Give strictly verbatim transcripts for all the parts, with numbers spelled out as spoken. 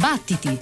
Battiti!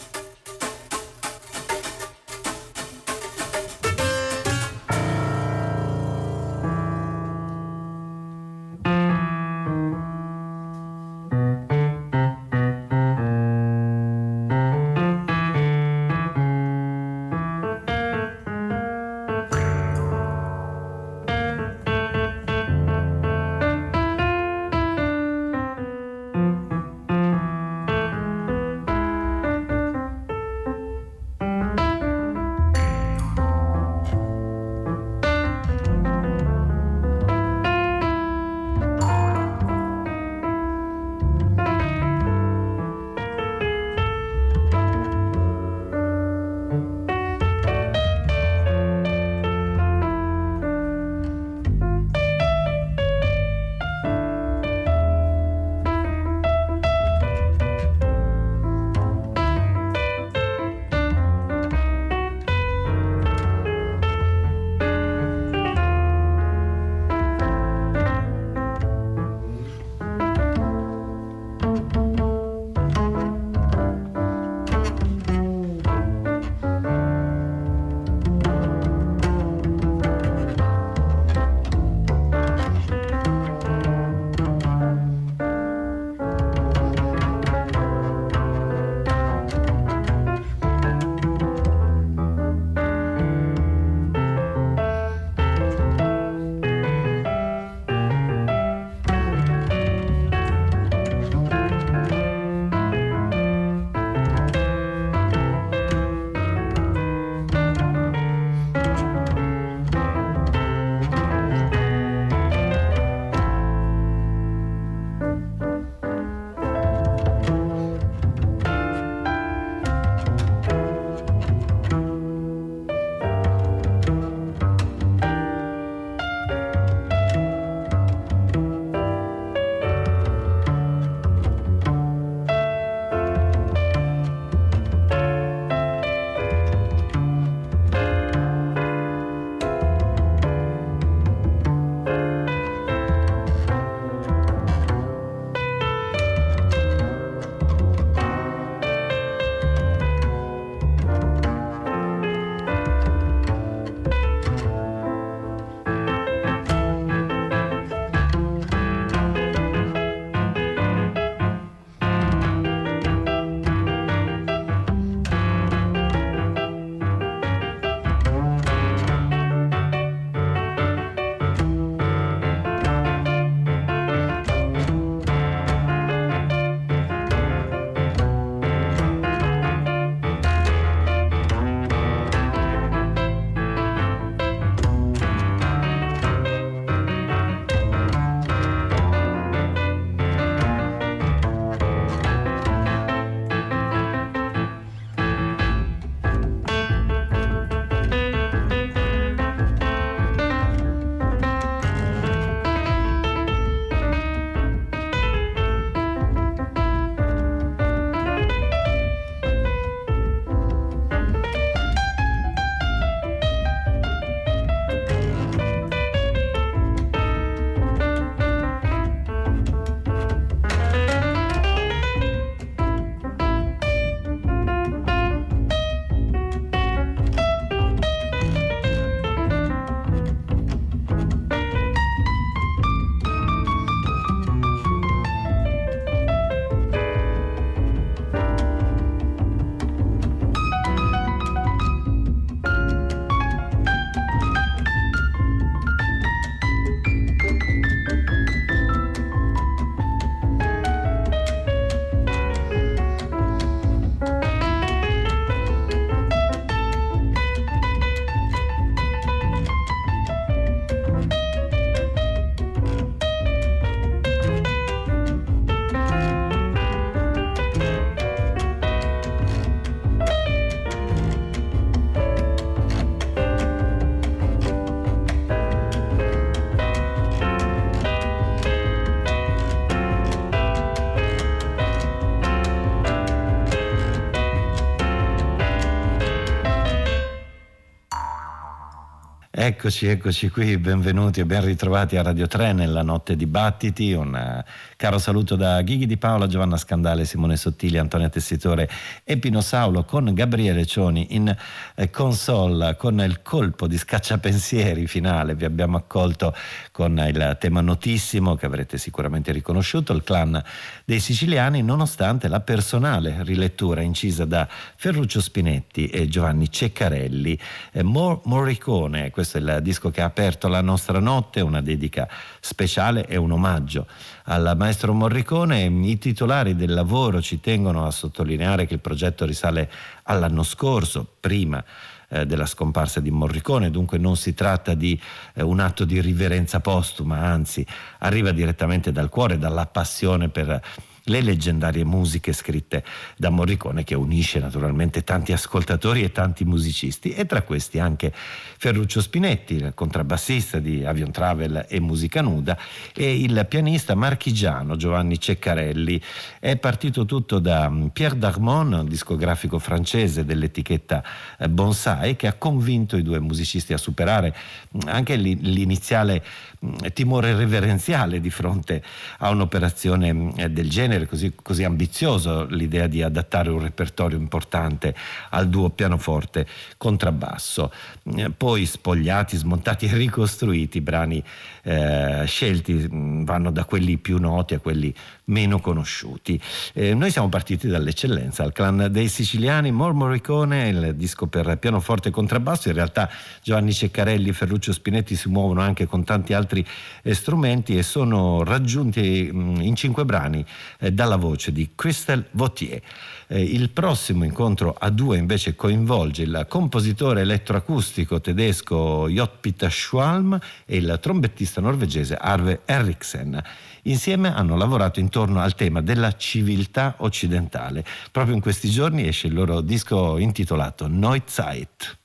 Eccoci, eccoci qui, benvenuti e ben ritrovati a Radio tre nella Notte Dibattiti. Un uh, caro saluto da Ghighi Di Paola, Giovanna Scandale, Simone Sottili, Antonia Tessitore e Pino Saulo, con Gabriele Cioni in eh, console, con il colpo di scacciapensieri finale. Vi abbiamo accolto con il tema notissimo che avrete sicuramente riconosciuto, il clan dei siciliani, nonostante la personale rilettura incisa da Ferruccio Spinetti e Giovanni Ceccarelli. Eh, Mor- Morricone, questo è il disco che ha aperto la nostra notte, una dedica speciale e un omaggio al maestro Morricone. I titolari del lavoro ci tengono a sottolineare che il progetto risale all'anno scorso, prima eh, della scomparsa di Morricone, dunque non si tratta di eh, un atto di riverenza postuma, anzi arriva direttamente dal cuore, dalla passione per le leggendarie musiche scritte da Morricone, che unisce naturalmente tanti ascoltatori e tanti musicisti, e tra questi anche Ferruccio Spinetti, il contrabbassista di Avion Travel e Musica Nuda, e il pianista marchigiano Giovanni Ceccarelli. È partito tutto da Pierre Darmon, un discografico francese dell'etichetta Bonsai, che ha convinto i due musicisti a superare anche l'iniziale timore reverenziale di fronte a un'operazione del genere, così, così ambizioso, l'idea di adattare un repertorio importante al duo pianoforte contrabbasso. Poi spogliati, smontati e ricostruiti, i brani eh, scelti vanno da quelli più noti a quelli meno conosciuti. Eh, noi siamo partiti dall'eccellenza, al clan dei siciliani, Morricone, il disco per pianoforte e contrabbasso. In realtà Giovanni Ceccarelli e Ferruccio Spinetti si muovono anche con tanti altri eh, strumenti e sono raggiunti mh, in cinque brani eh, dalla voce di Christelle Vautier. Eh, il prossimo incontro a due invece coinvolge il compositore elettroacustico tedesco Jot-Peter Schwalm e il trombettista norvegese Arve Eriksen. Insieme hanno lavorato intorno al tema della civiltà occidentale. Proprio in questi giorni esce il loro disco intitolato Neuzeit.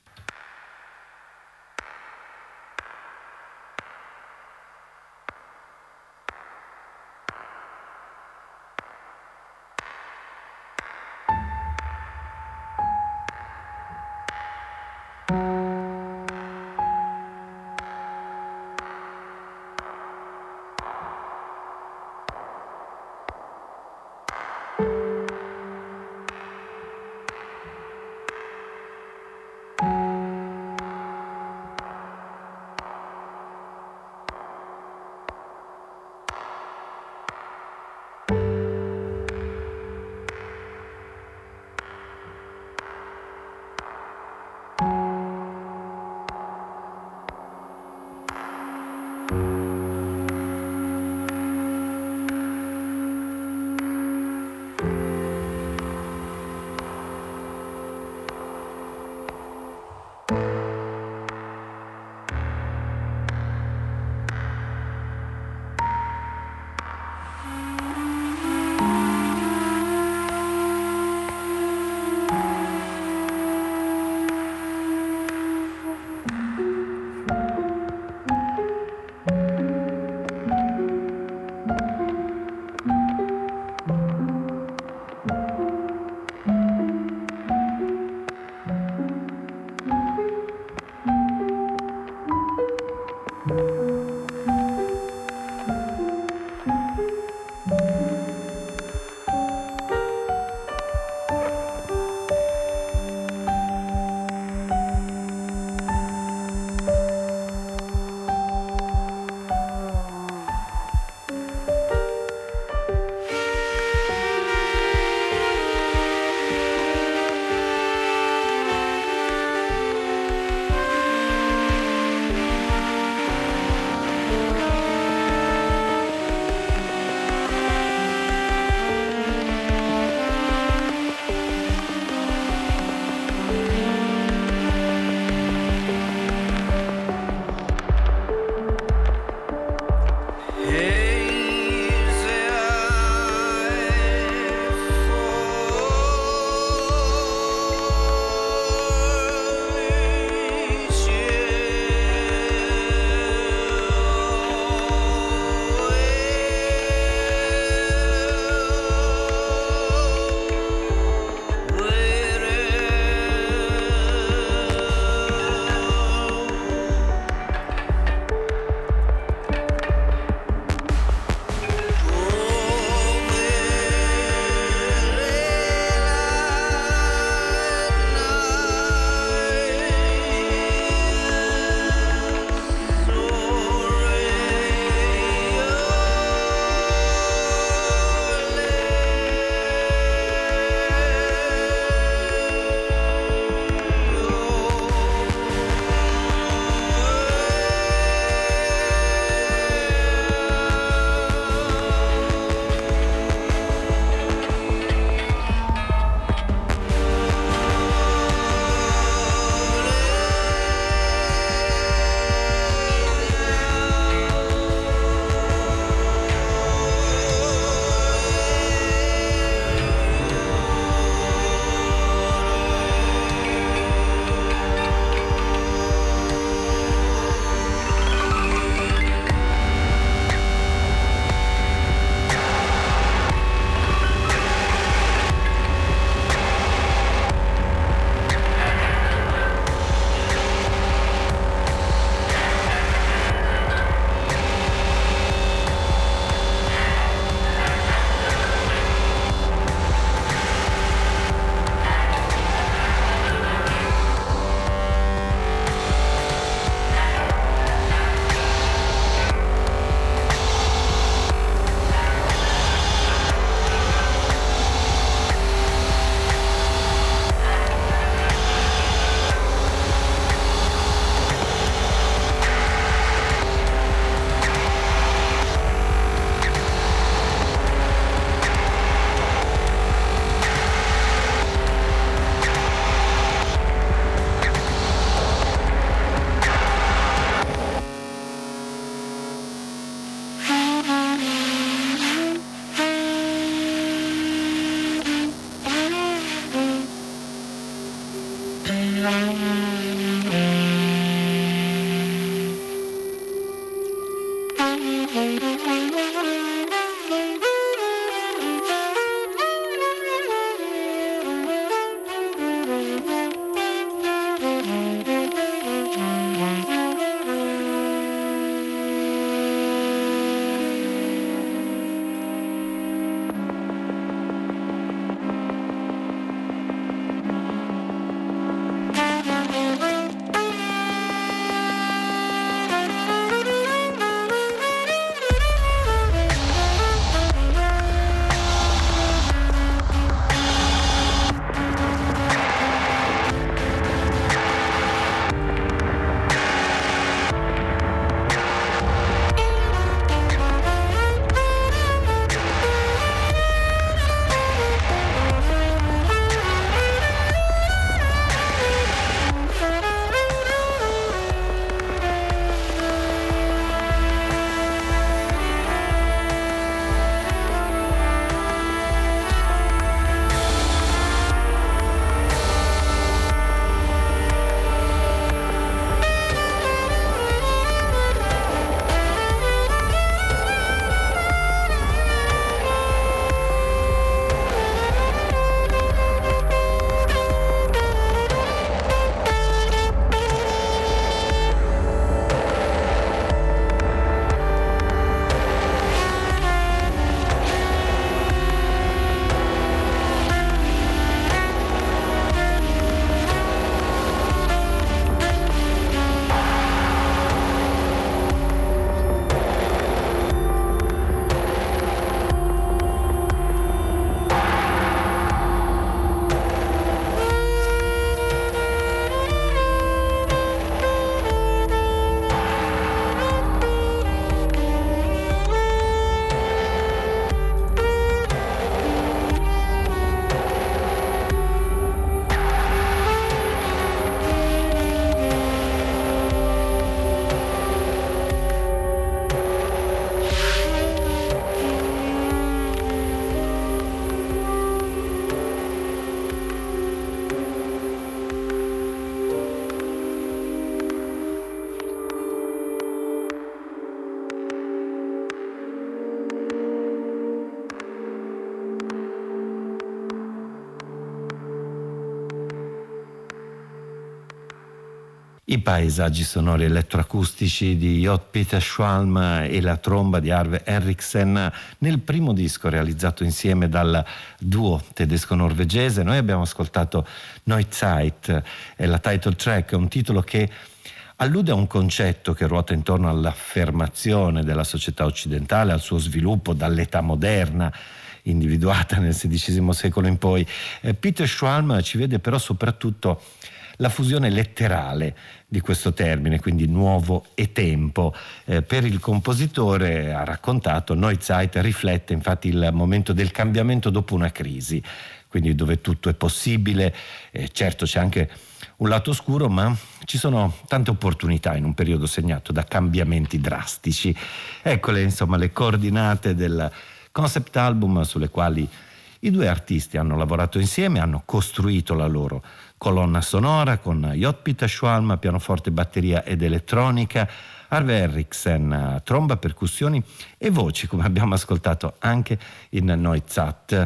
I paesaggi sonori elettroacustici di J. Peter Schwalm e la tromba di Arve Henriksen nel primo disco realizzato insieme dal duo tedesco-norvegese. Noi abbiamo ascoltato Neuzeit, è la title track, un titolo che allude a un concetto che ruota intorno all'affermazione della società occidentale, al suo sviluppo dall'età moderna individuata nel sedicesimo secolo in poi. Eh, Peter Schwalm ci vede però soprattutto la fusione letterale di questo termine, quindi nuovo e tempo. Eh, per il compositore, ha raccontato, Neuzeit riflette infatti il momento del cambiamento dopo una crisi, quindi dove tutto è possibile. Eh, certo c'è anche un lato oscuro, ma ci sono tante opportunità in un periodo segnato da cambiamenti drastici. Eccole insomma le coordinate del concept album sulle quali i due artisti hanno lavorato insieme, hanno costruito la loro colonna sonora con J. Peter Schwalm, pianoforte, batteria ed elettronica, Arve Henriksen, tromba, percussioni e voci, come abbiamo ascoltato anche in Neuzeit.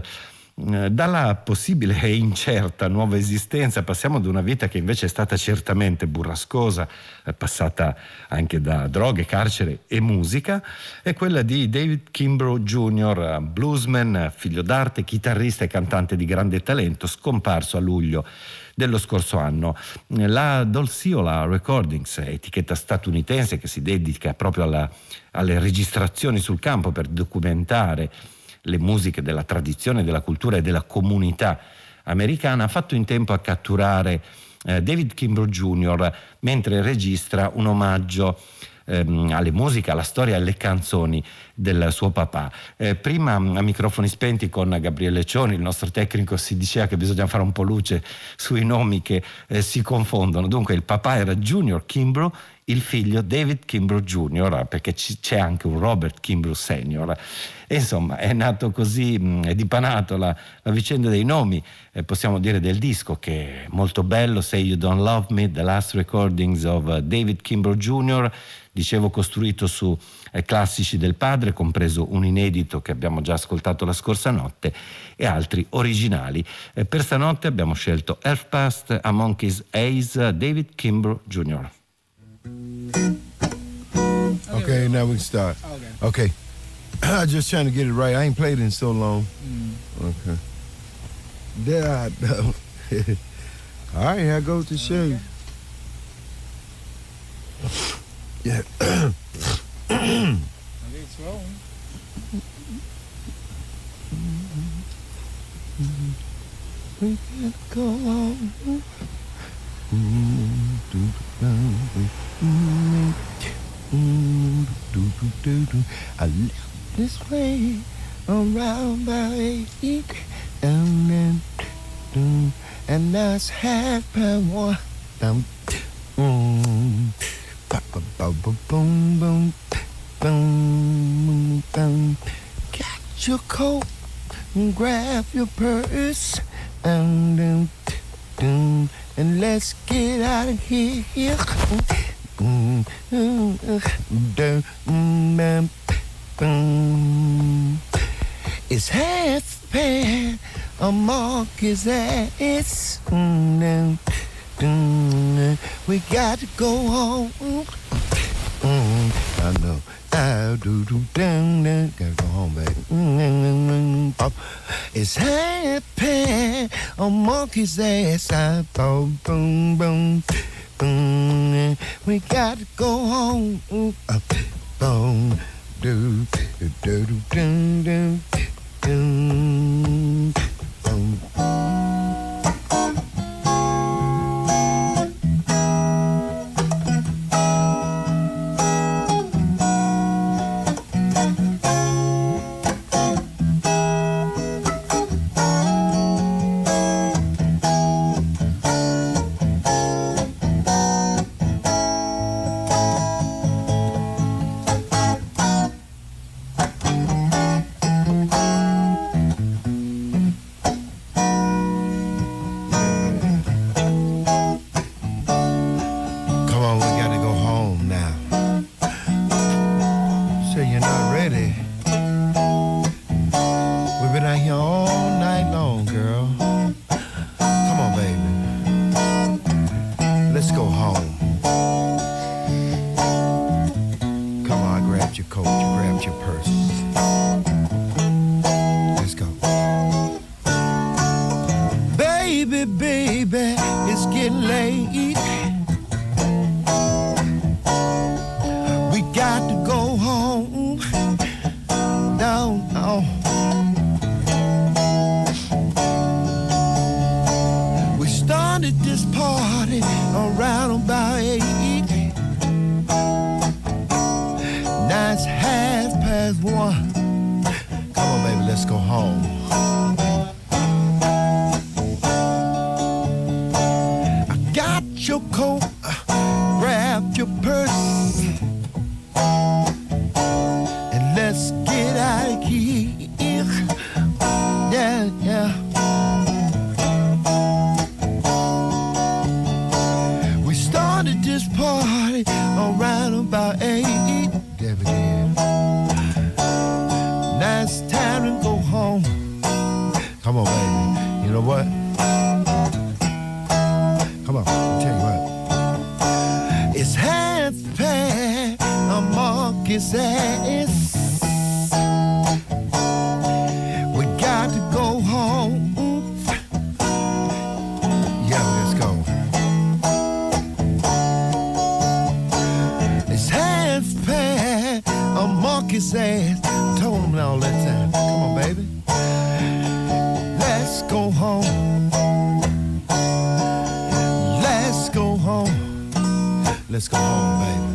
Dalla possibile e incerta nuova esistenza passiamo ad una vita che invece è stata certamente burrascosa, passata anche da droghe, carcere e musica, è quella di David Kimbrough junior, bluesman, figlio d'arte, chitarrista e cantante di grande talento, scomparso a luglio dello scorso anno. La Dolciola Recordings, etichetta statunitense che si dedica proprio alla, alle registrazioni sul campo per documentare le musiche della tradizione, della cultura e della comunità americana, ha fatto in tempo a catturare eh, David Kimbrough junior mentre registra un omaggio ehm, alle musiche, alla storia e alle canzoni del suo papà. Eh, prima a microfoni spenti con Gabriele Cioni, il nostro tecnico, si diceva che bisogna fare un po' luce sui nomi che eh, si confondono. Dunque il papà era Junior Kimbrough, il figlio David Kimbrough junior, perché c'è anche un Robert Kimbrough senior. E insomma è nato così, è dipanato la, la vicenda dei nomi, eh, possiamo dire del disco, che è molto bello, Say You Don't Love Me, The Last Recordings of David Kimbrough junior, dicevo costruito su eh, classici del padre, compreso un inedito che abbiamo già ascoltato la scorsa notte e altri originali. Eh, per stanotte abbiamo scelto Elf Past, A Monkey's Ace, David Kimbrough junior Okay, now we can start. Okay. I'm just trying to get it right. I ain't played it in so long. Mm. Okay. There I go. All right, here goes the show. Yeah. Okay, it's rolling. We can go on. I left this way around by eight, and then and now it's half past one. Boom, boom, boom, boom, boom, boom. Get your coat and grab your purse, and then, and let's get out of here. It's half past, a monkey's ass. We got to go home. I know. I do do down down. Gotta go home, baby. It's half past, a monkey's ass. I boom boom boom. Boom, we got to go home. Uh, boom, do, do, do, do, do, do, boom. Let's go home, baby.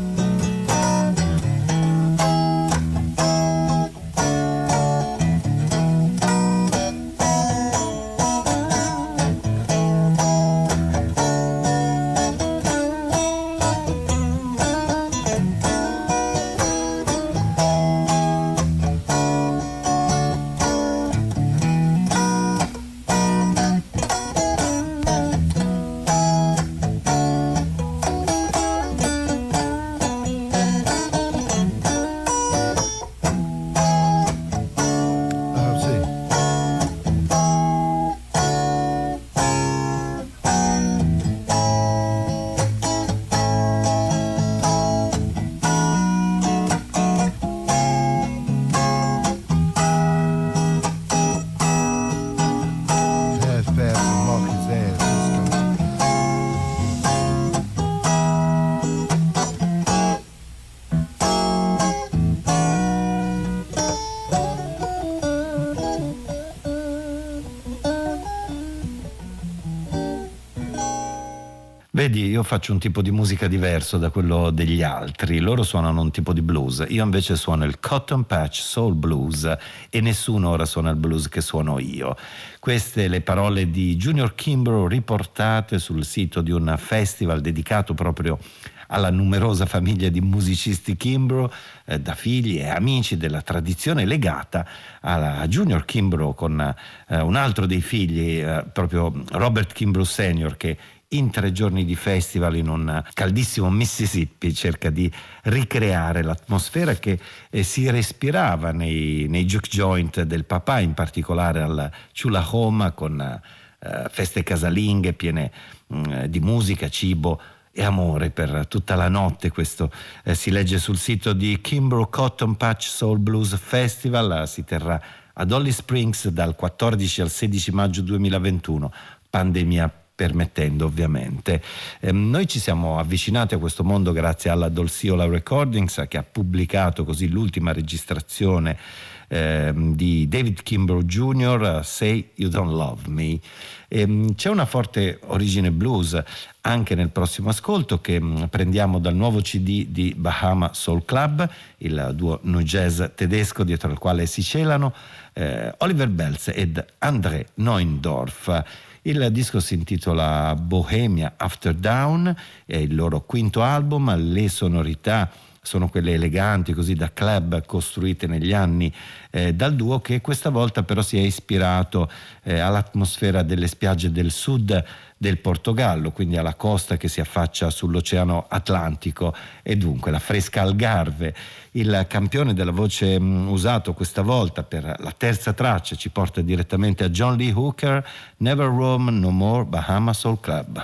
Vedi, io faccio un tipo di musica diverso da quello degli altri, loro suonano un tipo di blues, io invece suono il Cotton Patch Soul Blues e nessuno ora suona il blues che suono io. Queste le parole di Junior Kimbrough riportate sul sito di un festival dedicato proprio alla numerosa famiglia di musicisti Kimbrough, eh, da figli e amici della tradizione legata alla Junior Kimbrough con eh, un altro dei figli, eh, proprio Robert Kimbrough Senior, che in tre giorni di festival in un caldissimo Mississippi cerca di ricreare l'atmosfera che eh, si respirava nei, nei juke joint del papà, in particolare al Chulahoma, con eh, feste casalinghe piene mh, di musica, cibo e amore per tutta la notte. Questo eh, si legge sul sito di Kimbrough Cotton Patch Soul Blues Festival, si terrà ad Holly Springs dal quattordici al sedici maggio duemilaventuno, pandemia permettendo ovviamente. Eh, noi ci siamo avvicinati a questo mondo grazie alla Dolciola Recordings, che ha pubblicato così l'ultima registrazione eh, di David Kimbrough Junior, Say You Don't Love Me. Eh, c'è una forte origine blues anche nel prossimo ascolto, che mh, prendiamo dal nuovo C D di Bahama Soul Club, il duo nu jazz tedesco dietro al quale si celano eh, Oliver Belz ed André Neundorf. Il disco si intitola Bohemia After Down, è il loro quinto album. Le sonorità sono quelle eleganti, così da club, costruite negli anni eh, dal duo, che questa volta però si è ispirato eh, all'atmosfera delle spiagge del sud del Portogallo, quindi alla costa che si affaccia sull'Oceano Atlantico, e dunque la fresca Algarve. Il campione della voce mh, usato questa volta per la terza traccia ci porta direttamente a John Lee Hooker, Never Roam No More, Bahama Soul Club.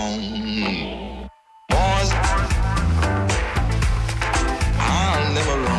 Never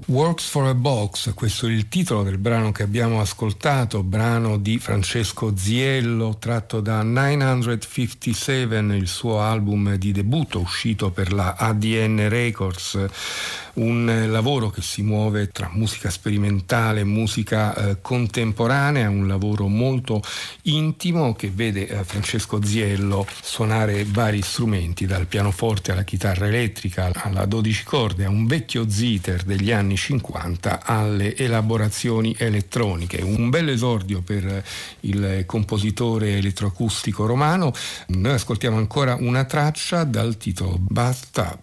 Works for a Box, questo è il titolo del brano che abbiamo ascoltato, brano di Francesco Ziello tratto da novecentocinquantasette, il suo album di debutto uscito per la A D N Records, un lavoro che si muove tra musica sperimentale e musica eh, contemporanea, un lavoro molto intimo che vede eh, Francesco Ziello suonare vari strumenti, dal pianoforte alla chitarra elettrica alla dodici corde, a un vecchio zither degli anni cinquanta alle elaborazioni elettroniche. Un bel esordio per il compositore elettroacustico romano. Noi ascoltiamo ancora una traccia dal titolo Bathtub.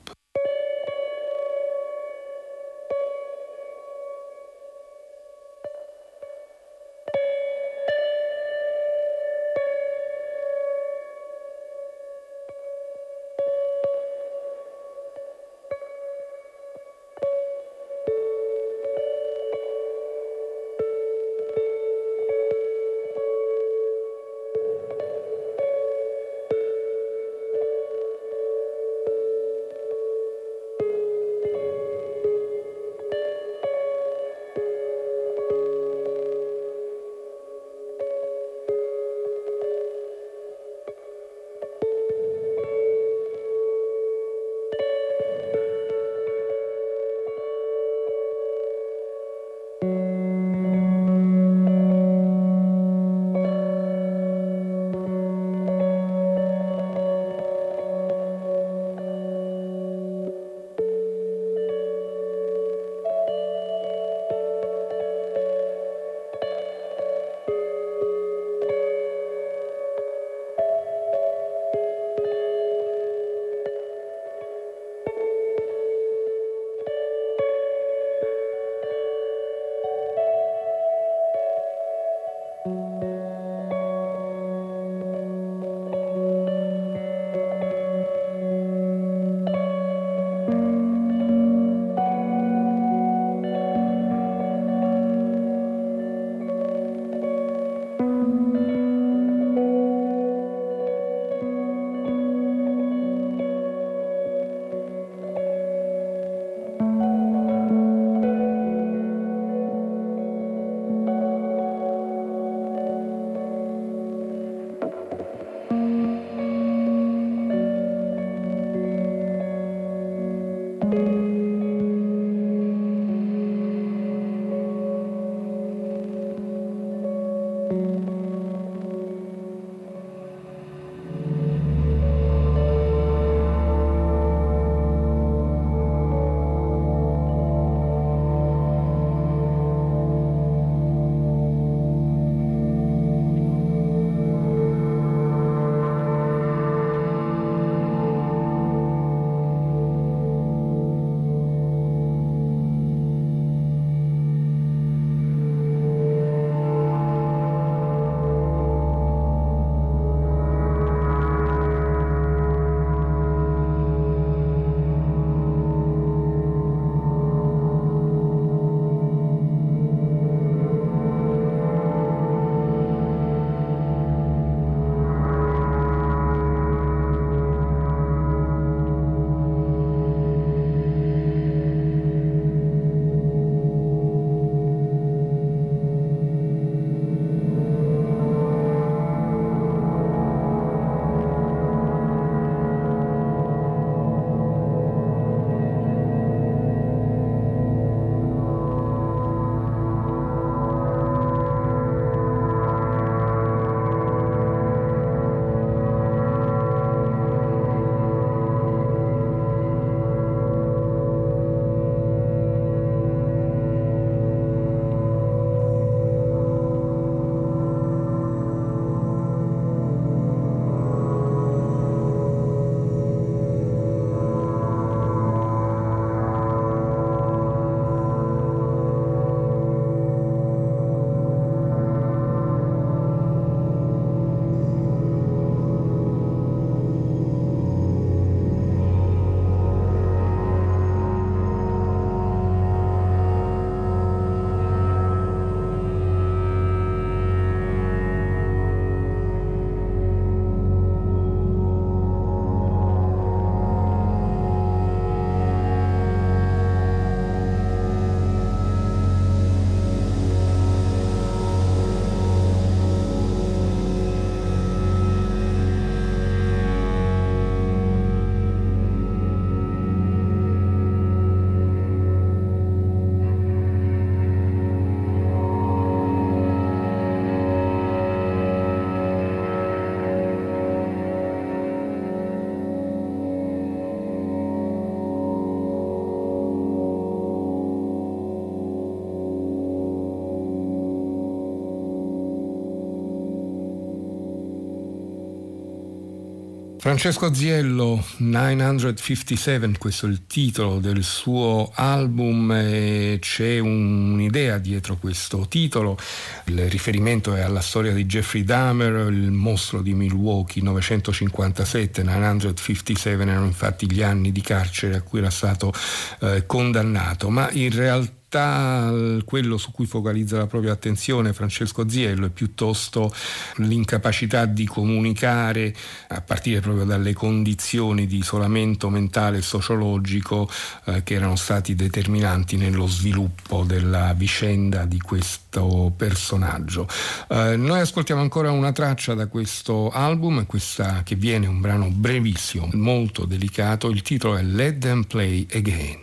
Francesco Ziello, novecentocinquantasette, questo è il titolo del suo album e c'è un'idea dietro questo titolo. Il riferimento è alla storia di Jeffrey Dahmer, il mostro di Milwaukee. Novecentocinquantasette, novecentocinquantasette erano infatti gli anni di carcere a cui era stato eh, condannato, ma in realtà quello su cui focalizza la propria attenzione Francesco Ziello è piuttosto l'incapacità di comunicare, a partire proprio dalle condizioni di isolamento mentale e sociologico eh, che erano stati determinanti nello sviluppo della vicenda di questo personaggio. Eh, noi ascoltiamo ancora una traccia da questo album, questa che viene un brano brevissimo, molto delicato. Il titolo è Let Them Play Again.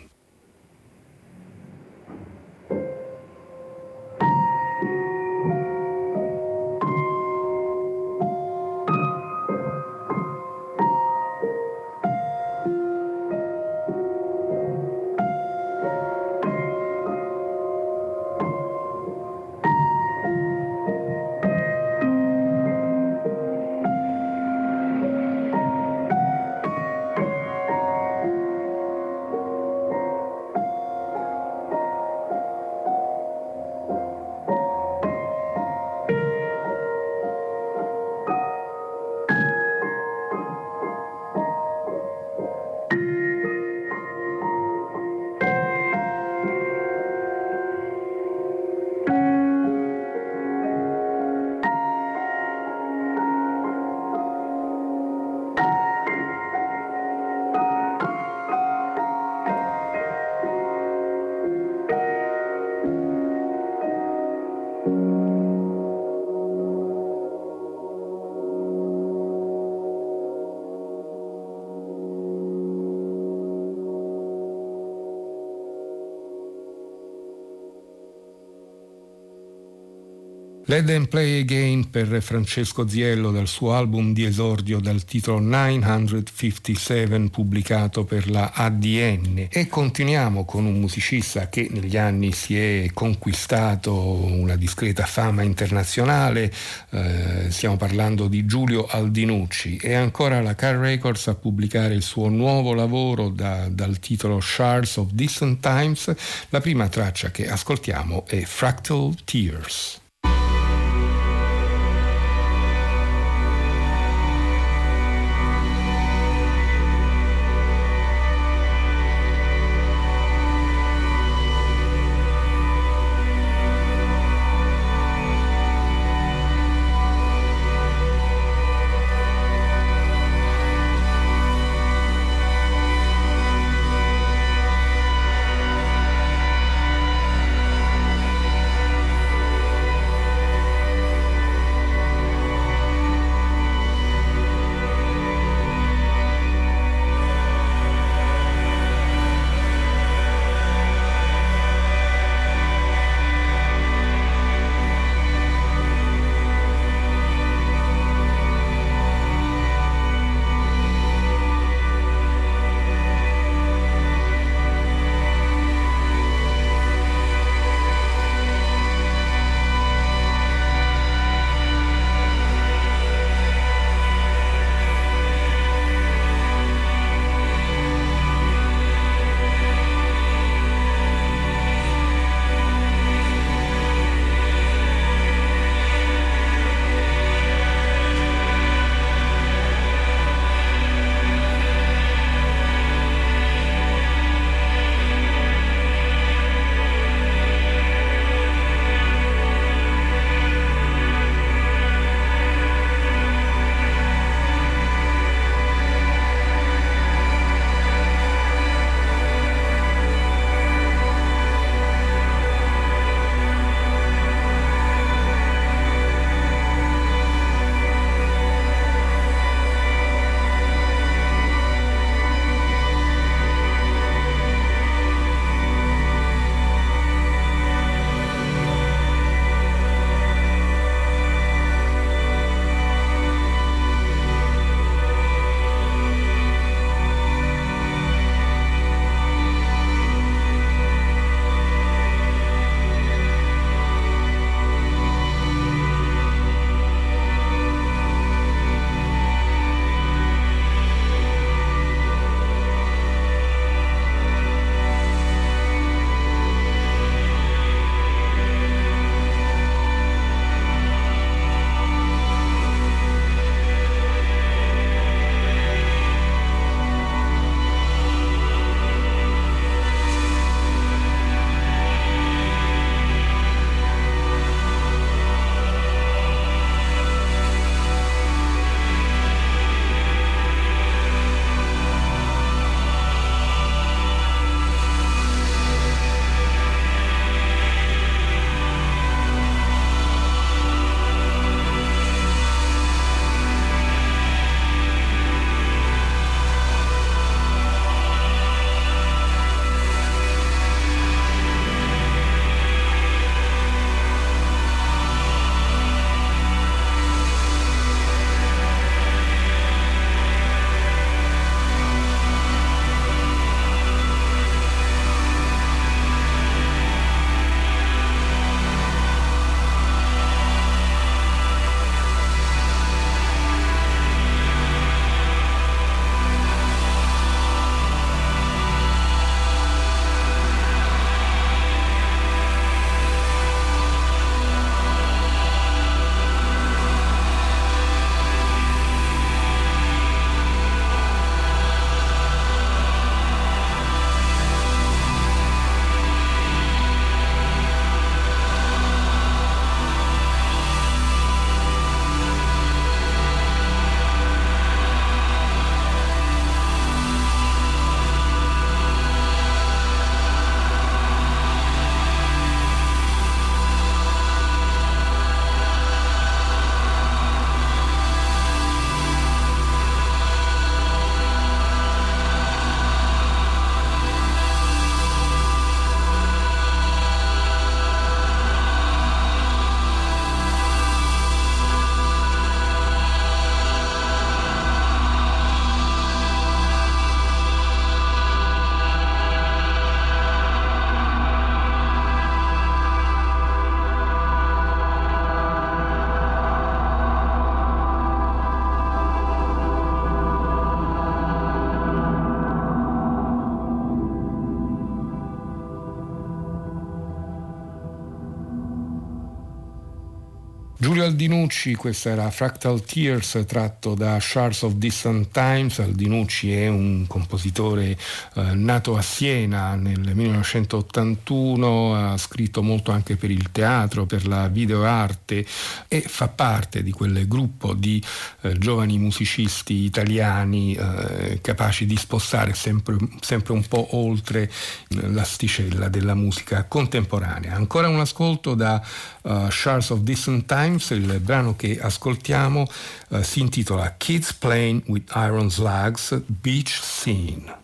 Let Them Play Again per Francesco Ziello dal suo album di esordio dal titolo novecentocinquantasette pubblicato per la A D N. E continuiamo con un musicista che negli anni si è conquistato una discreta fama internazionale, eh, stiamo parlando di Giulio Aldinucci. È ancora la Car Records a pubblicare il suo nuovo lavoro da, dal titolo Shards of Distant Times. La prima traccia che ascoltiamo è Fractal Tears. Giulio Aldinucci, questa era Fractal Tears tratto da Shards of Distant Times. Aldinucci è un compositore eh, nato a Siena nel millenovecentottantuno, ha scritto molto anche per il teatro, per la videoarte e fa parte di quel gruppo di eh, giovani musicisti italiani eh, capaci di spostare sempre, sempre un po' oltre l'asticella della musica contemporanea. Ancora un ascolto da uh, Shards of Distant Times. Il brano che ascoltiamo uh, si intitola Kids Playing with Iron Slugs, Beach Scene.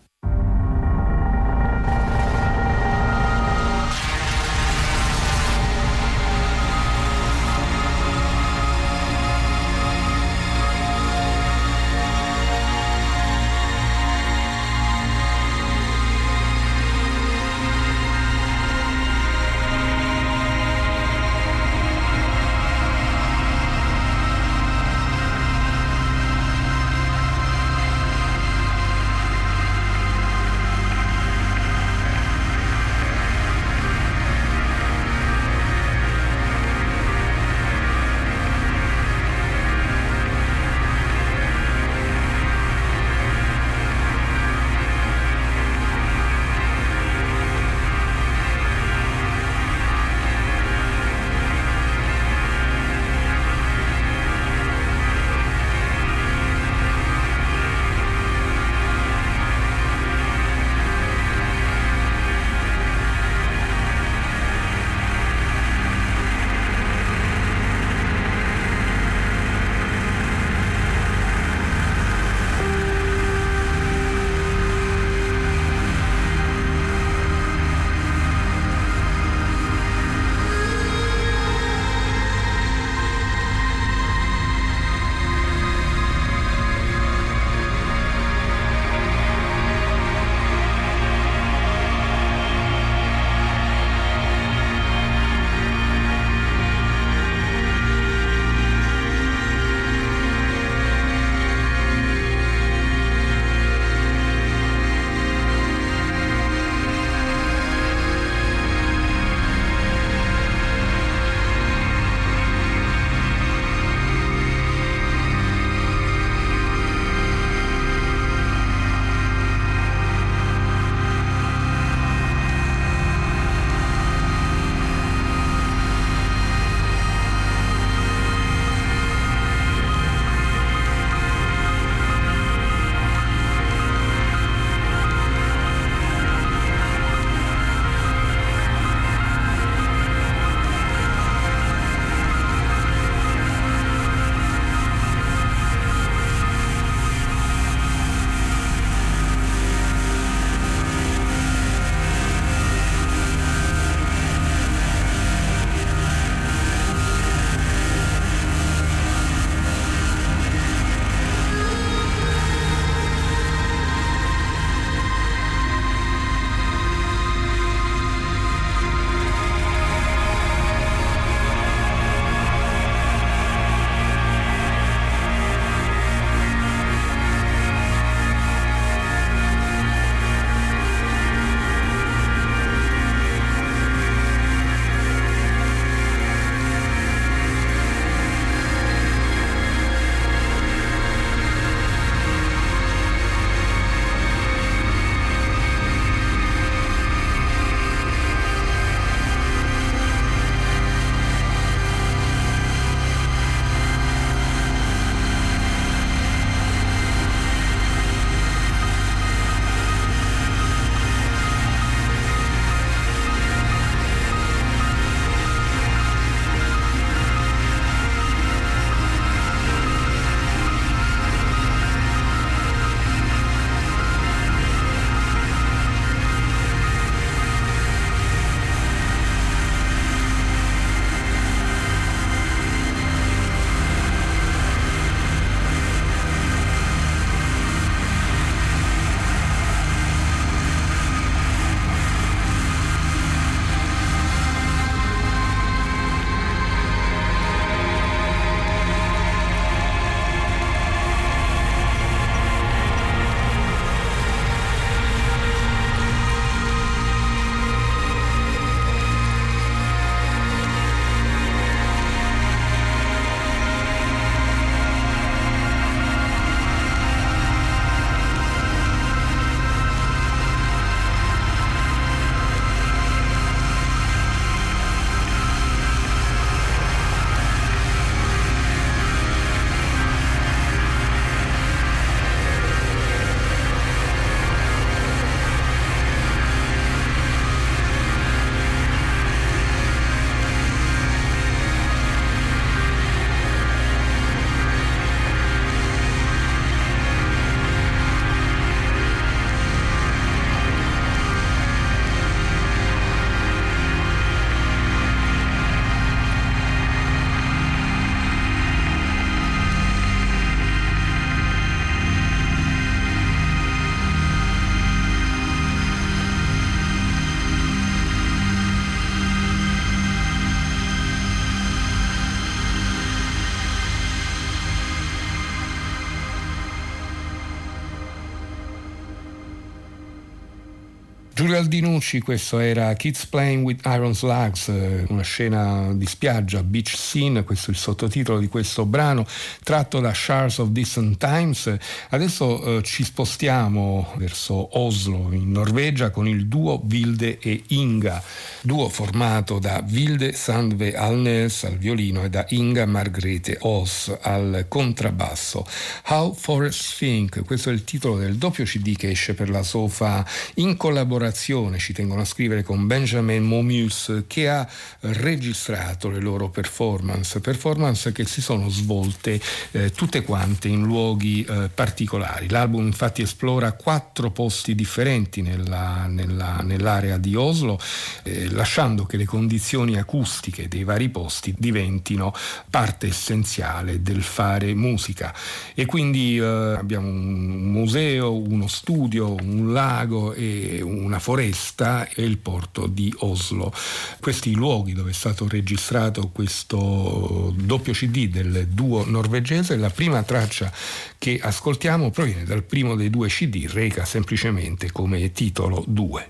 Giulio Aldinucci, questo era Kids Playing with Iron Slugs, una scena di spiaggia, beach scene, questo è il sottotitolo di questo brano tratto da Shards of Distant Times. Adesso eh, ci spostiamo verso Oslo in Norvegia con il duo Vilde e Inga, duo formato da Vilde Sandve Alnes al violino e da Inga Margrethe Os al contrabbasso. How Forests Think, questo è il titolo del doppio C D che esce per la Sofa in collaborazione, ci tengono a scrivere, con Benjamin Momus, che ha registrato le loro performance, performance che si sono svolte eh, tutte quante in luoghi eh, particolari. L'album infatti esplora quattro posti differenti nella, nella, nell'area di Oslo, eh, lasciando che le condizioni acustiche dei vari posti diventino parte essenziale del fare musica. E quindi eh, abbiamo un museo, uno studio, un lago e una foresta e il porto di Oslo. Questi luoghi dove è stato registrato questo doppio C D del duo norvegese. La prima traccia che ascoltiamo proviene dal primo dei due C D, reca semplicemente come titolo due.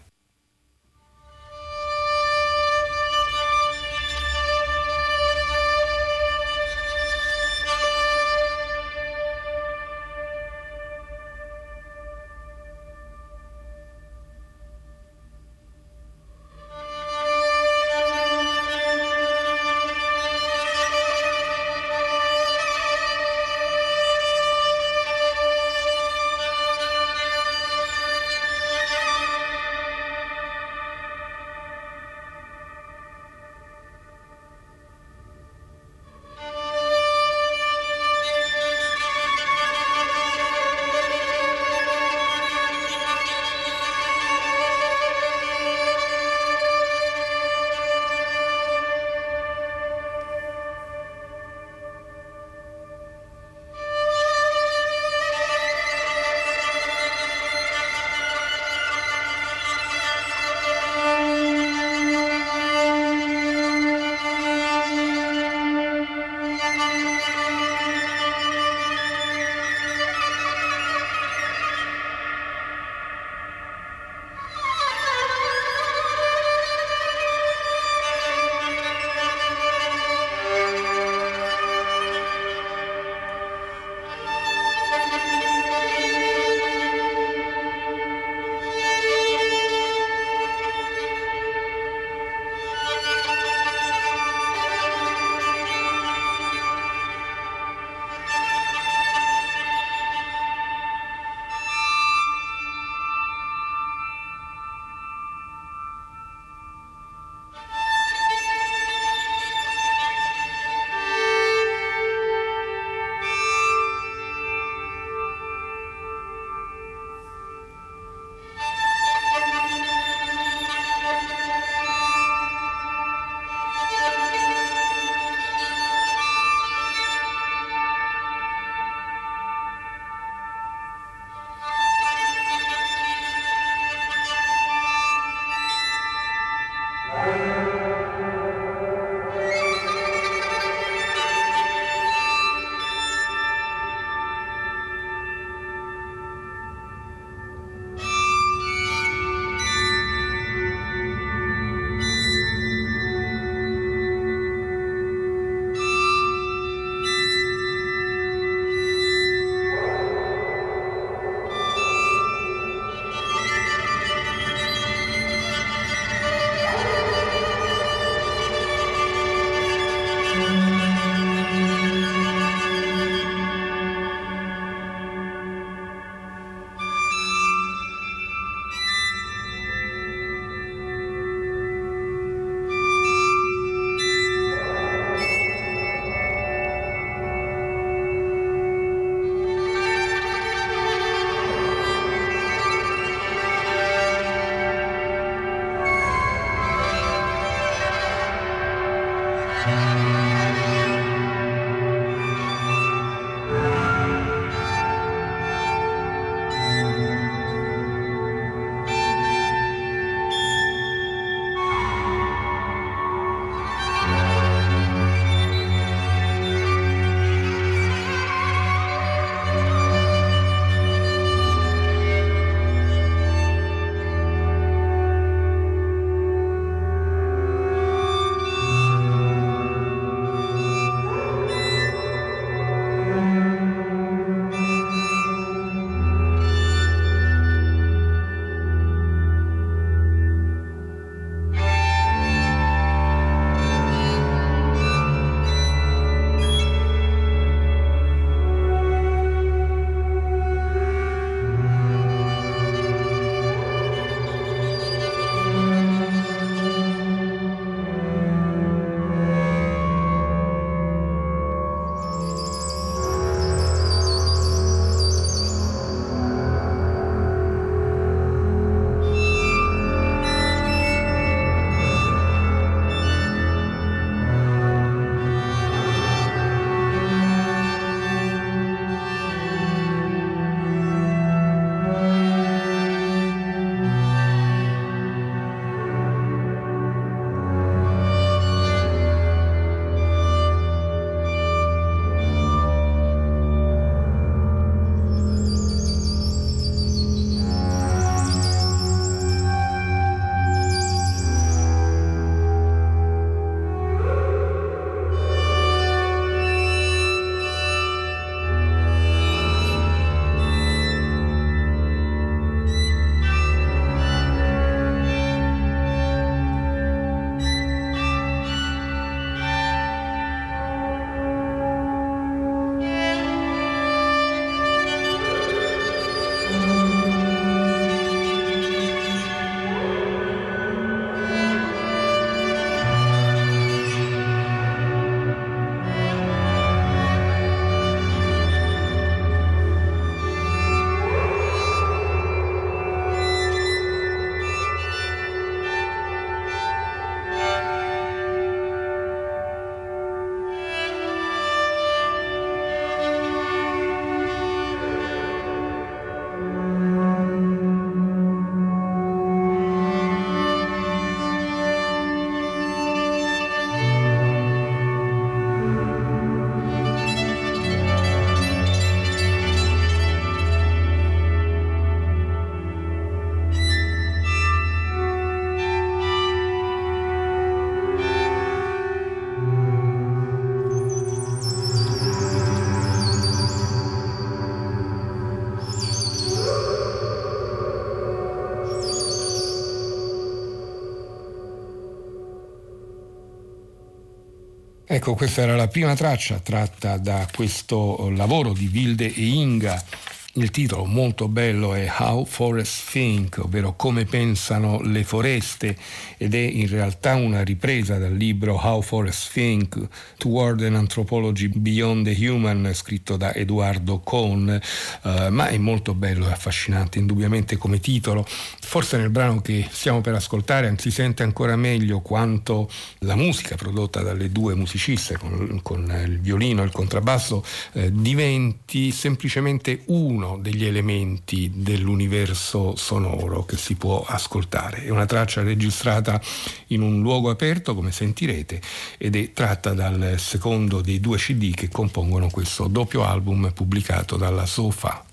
Ecco, questa era la prima traccia tratta da questo lavoro di Wilde e Inga. Il titolo molto bello è How Forests Think, ovvero come pensano le foreste, ed è in realtà una ripresa dal libro How Forests Think, Toward an Anthropology Beyond the Human, scritto da Eduardo Kohn, uh, ma è molto bello e affascinante indubbiamente come titolo. Forse nel brano che stiamo per ascoltare si sente ancora meglio quanto la musica prodotta dalle due musiciste con, con il violino e il contrabbasso eh, diventi semplicemente uno degli elementi dell'universo sonoro che si può ascoltare. È una traccia registrata in un luogo aperto, come sentirete, ed è tratta dal secondo dei due C D che compongono questo doppio album pubblicato dalla Sofa.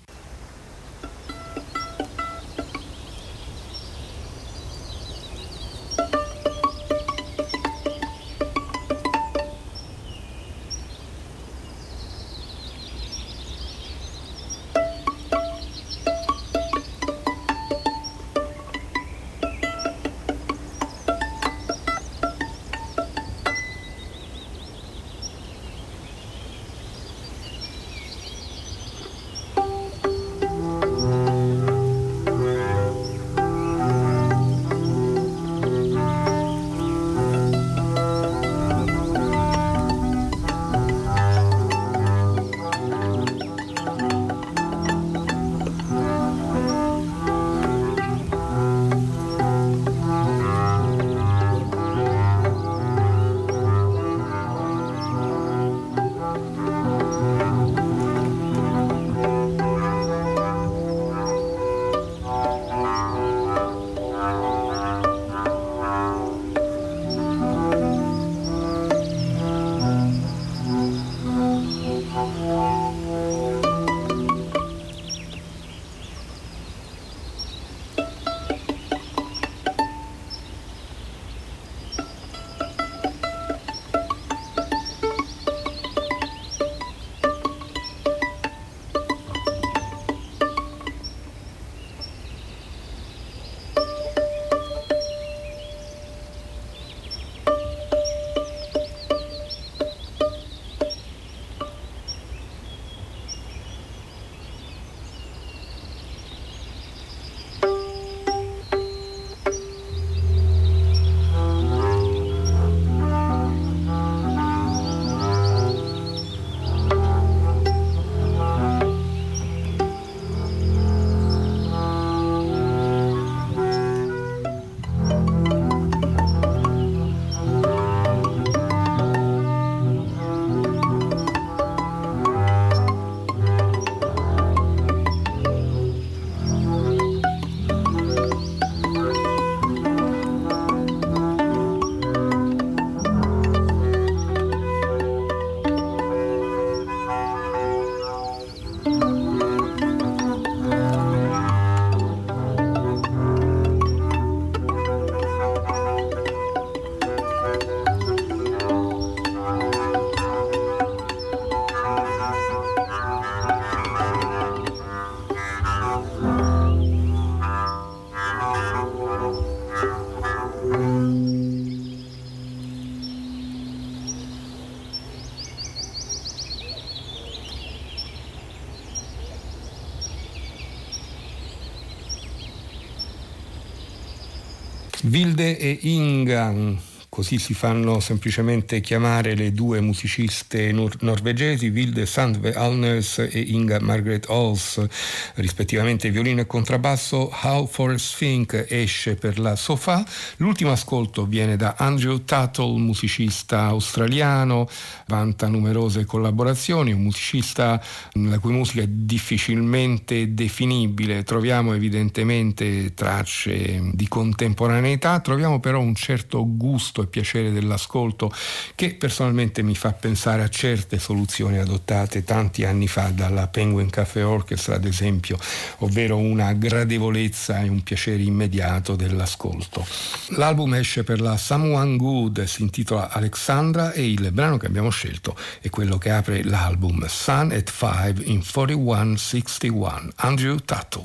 Wilde e Inga, così si fanno semplicemente chiamare le due musiciste nor- norvegesi, Wilde Sandve Alnes e Inga Margaret Ols, rispettivamente violino e contrabbasso. How Forests Think esce per la Sofa. L'ultimo ascolto viene da Andrew Tuttle, musicista australiano, vanta numerose collaborazioni, un musicista la cui musica è difficilmente definibile. Troviamo evidentemente tracce di contemporaneità, troviamo però un certo gusto e piacere dell'ascolto che personalmente mi fa pensare a certe soluzioni adottate tanti anni fa dalla Penguin Cafe Orchestra, ad esempio, ovvero una gradevolezza e un piacere immediato dell'ascolto. L'album esce per la Someone Good, si intitola Alexandra e il brano che abbiamo scelto è quello che apre l'album, Sun at Five in forty-one sixty-one, Andrew Tuttle.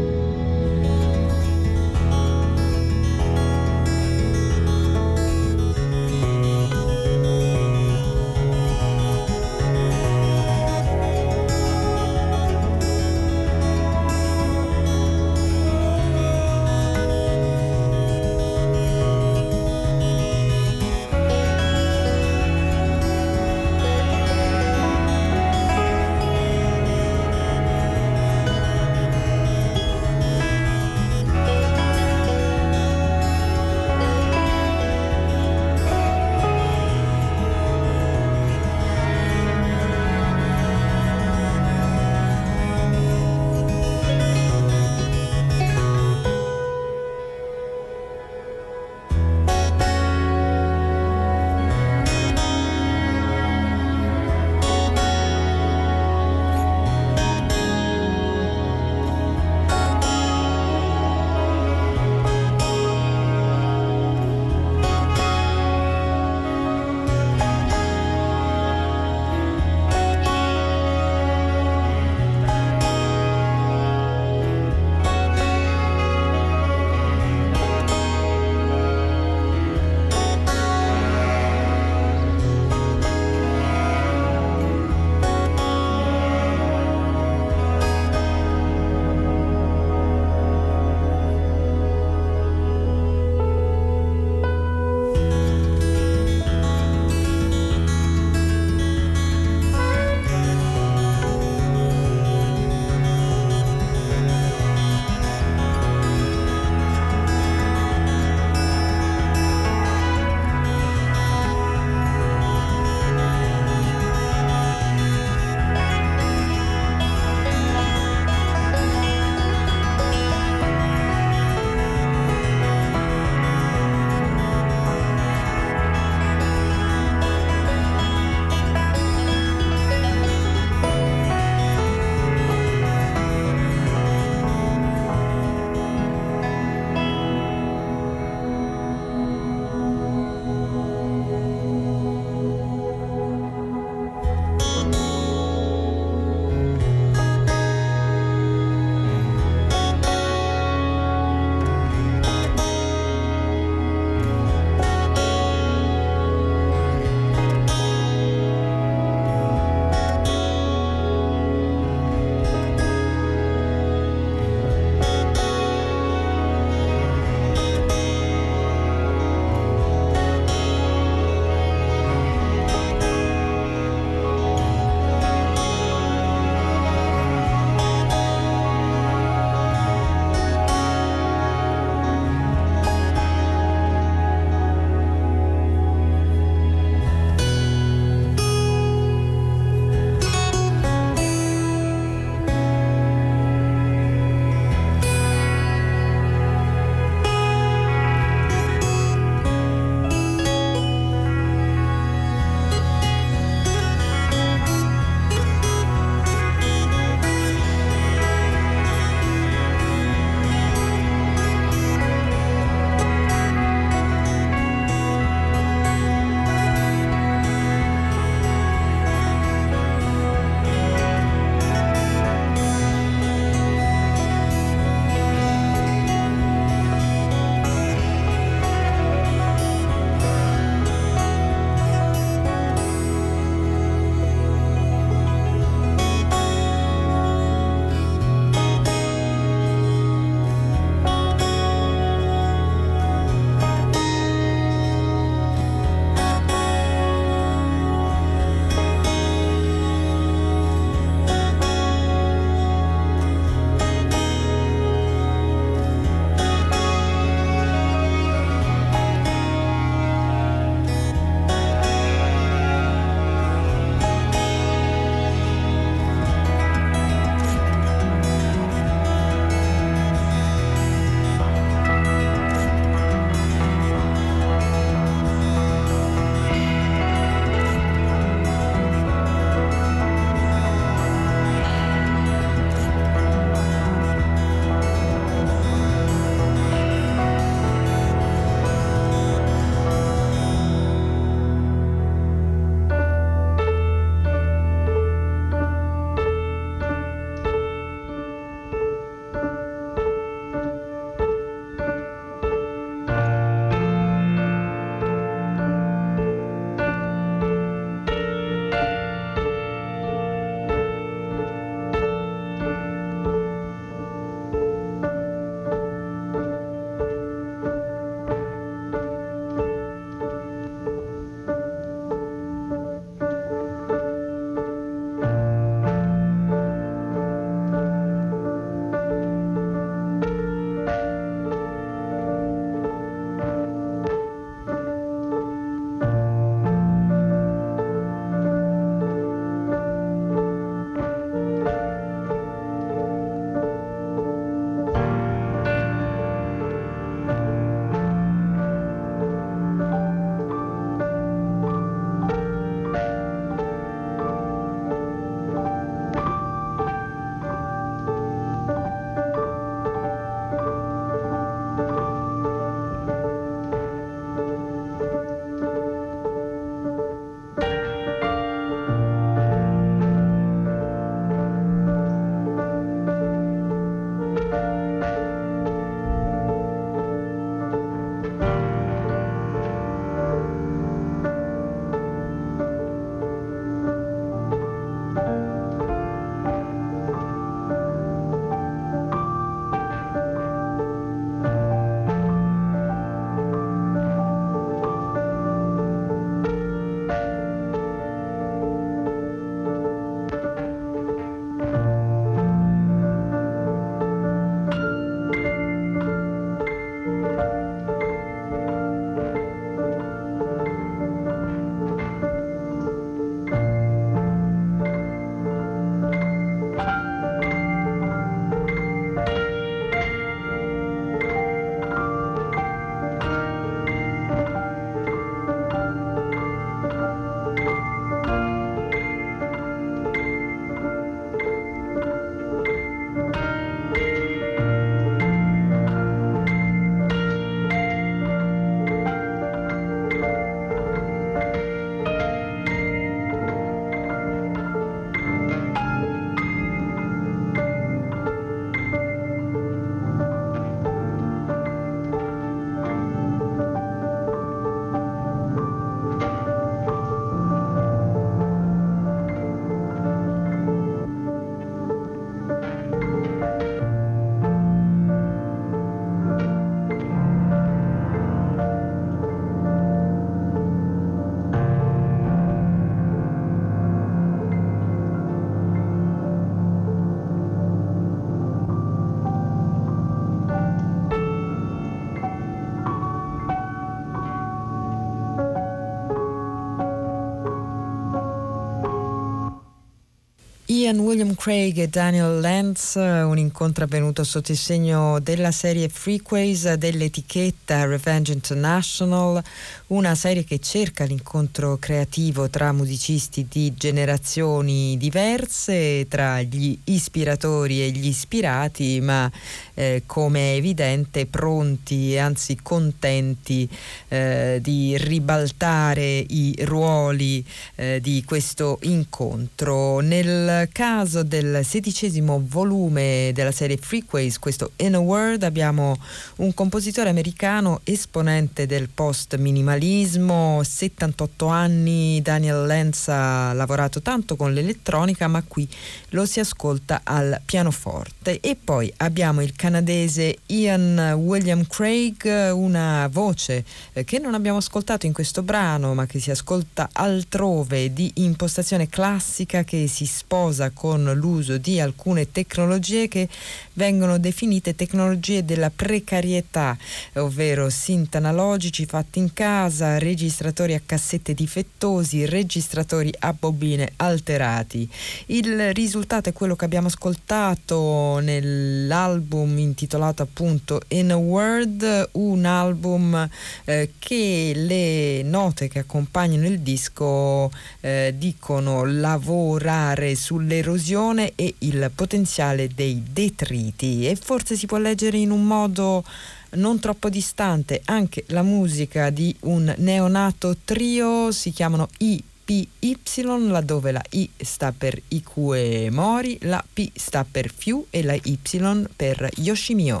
Ian William Craig e Daniel Lentz, un incontro avvenuto sotto il segno della serie Freakways dell'etichetta Revenge International, una serie che cerca l'incontro creativo tra musicisti di generazioni diverse, tra gli ispiratori e gli ispirati, ma eh, come è evidente pronti e anzi contenti eh, di ribaltare i ruoli eh, di questo incontro. Nel caso del sedicesimo volume della serie Freakways, questo In a Word, abbiamo un compositore americano esponente del post minimalismo, settantotto anni. Daniel Lentz ha lavorato tanto con l'elettronica, ma qui lo si ascolta al pianoforte. E poi abbiamo il canadese Ian William Craig, una voce eh, che non abbiamo ascoltato in questo brano ma che si ascolta altrove, di impostazione classica, che si sposa con l'uso di alcune tecnologie che vengono definite tecnologie della precarietà, ovvero synth analogici fatti in casa, registratori a cassette difettosi, registratori a bobine alterati. Il risultato è quello che abbiamo ascoltato nell'album intitolato appunto In a Word, un album eh, che le note che accompagnano il disco eh, dicono lavorare sull'erosione e il potenziale dei detriti, e forse si può leggere in un modo non troppo distante anche la musica di un neonato trio. Si chiamano I P Y, laddove la I sta per Ikue Mori, la P sta per Few e la Y per Yoshimio.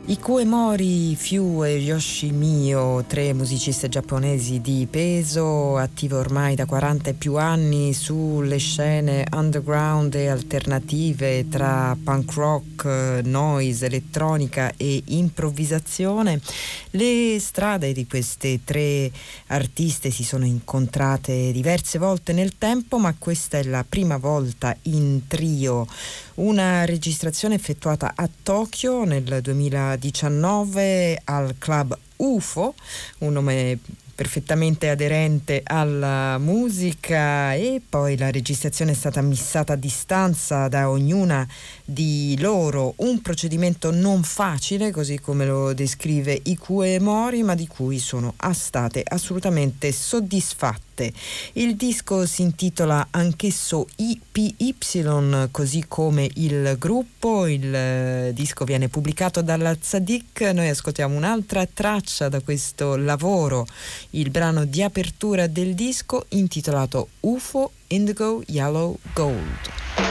Ikue Mori, Fyu e Yoshimio, tre musicisti giapponesi di peso, attive ormai da quaranta e più anni sulle scene underground e alternative tra punk rock, noise, elettronica e improvvisazione. Le strade di queste tre artiste si sono incontrate diverse volte nel tempo, ma questa è la prima volta in trio. Una registrazione effettuata a Tokyo nel duemiladiciannove al club U F O, un nome perfettamente aderente alla musica, e poi la registrazione è stata missata a distanza da ognuna di loro, un procedimento non facile, così come lo descrive Ikue Mori, ma di cui sono state assolutamente soddisfatte. Il disco si intitola anch'esso I P Y, così come il gruppo. Il disco viene pubblicato dalla Tzadik. Noi ascoltiamo un'altra traccia da questo lavoro, il brano di apertura del disco intitolato U F O Indigo Yellow Gold.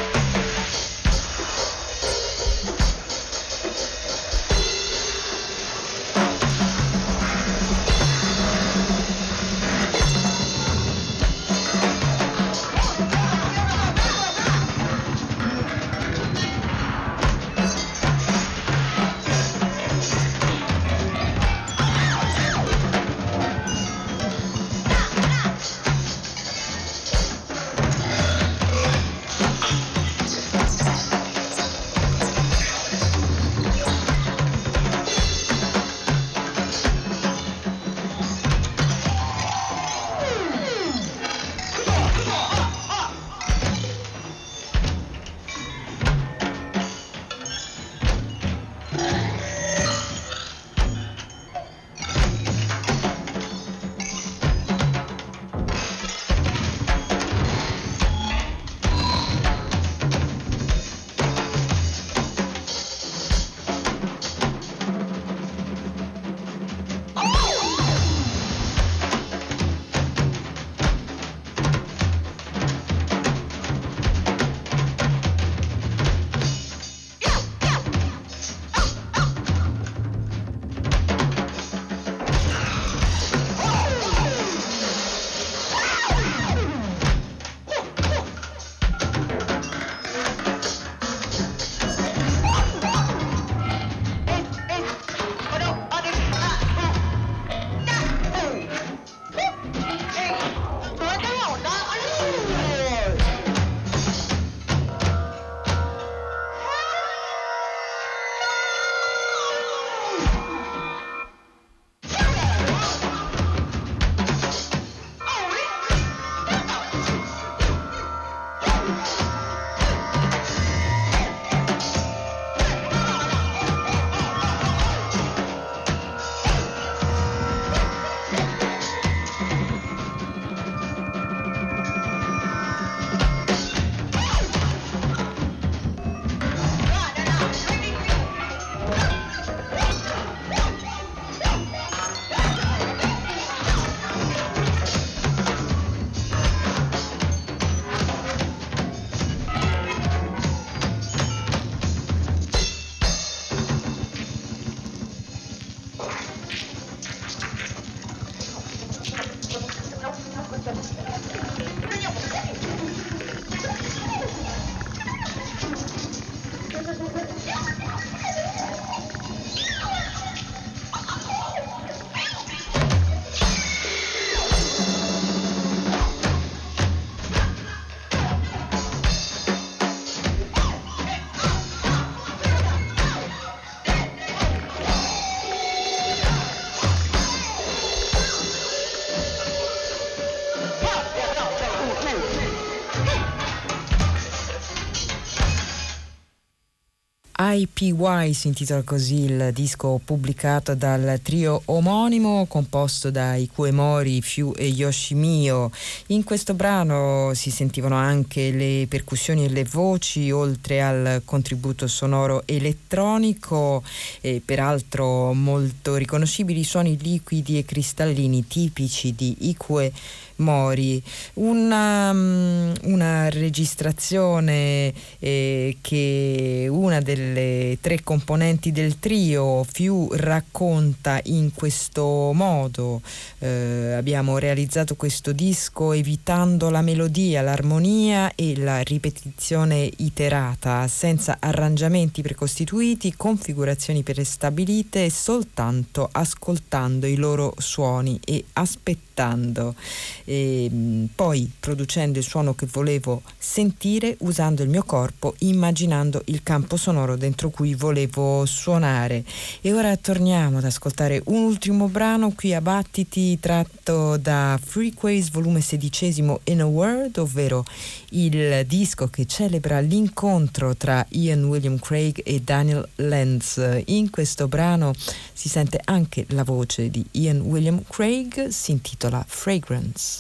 I P Y si intitola così il disco pubblicato dal trio omonimo composto da Ikue Mori, Fyu e Yoshimio. In questo brano si sentivano anche le percussioni e le voci, oltre al contributo sonoro elettronico, e peraltro molto riconoscibili suoni liquidi e cristallini tipici di Ikue Mori. Una, una registrazione eh, che una delle le tre componenti del trio. Few racconta in questo modo: eh, abbiamo realizzato questo disco evitando la melodia, l'armonia e la ripetizione iterata, senza arrangiamenti precostituiti, configurazioni prestabilite, soltanto ascoltando i loro suoni e aspettando, e poi producendo il suono che volevo sentire, usando il mio corpo, immaginando il campo sonoro dentro cui volevo suonare. E ora torniamo ad ascoltare un ultimo brano qui a Battiti, tratto da Frequays volume sedicesimo In a Word, ovvero il disco che celebra l'incontro tra Ian William Craig e Daniel Lenz. In questo brano si sente anche la voce di Ian William Craig, si intitola Fragrance.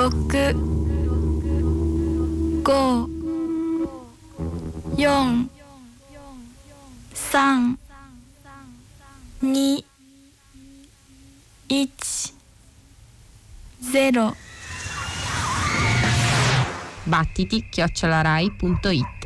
ろく ご よん さん に いち ゼロ battiti chiocciola rai punto it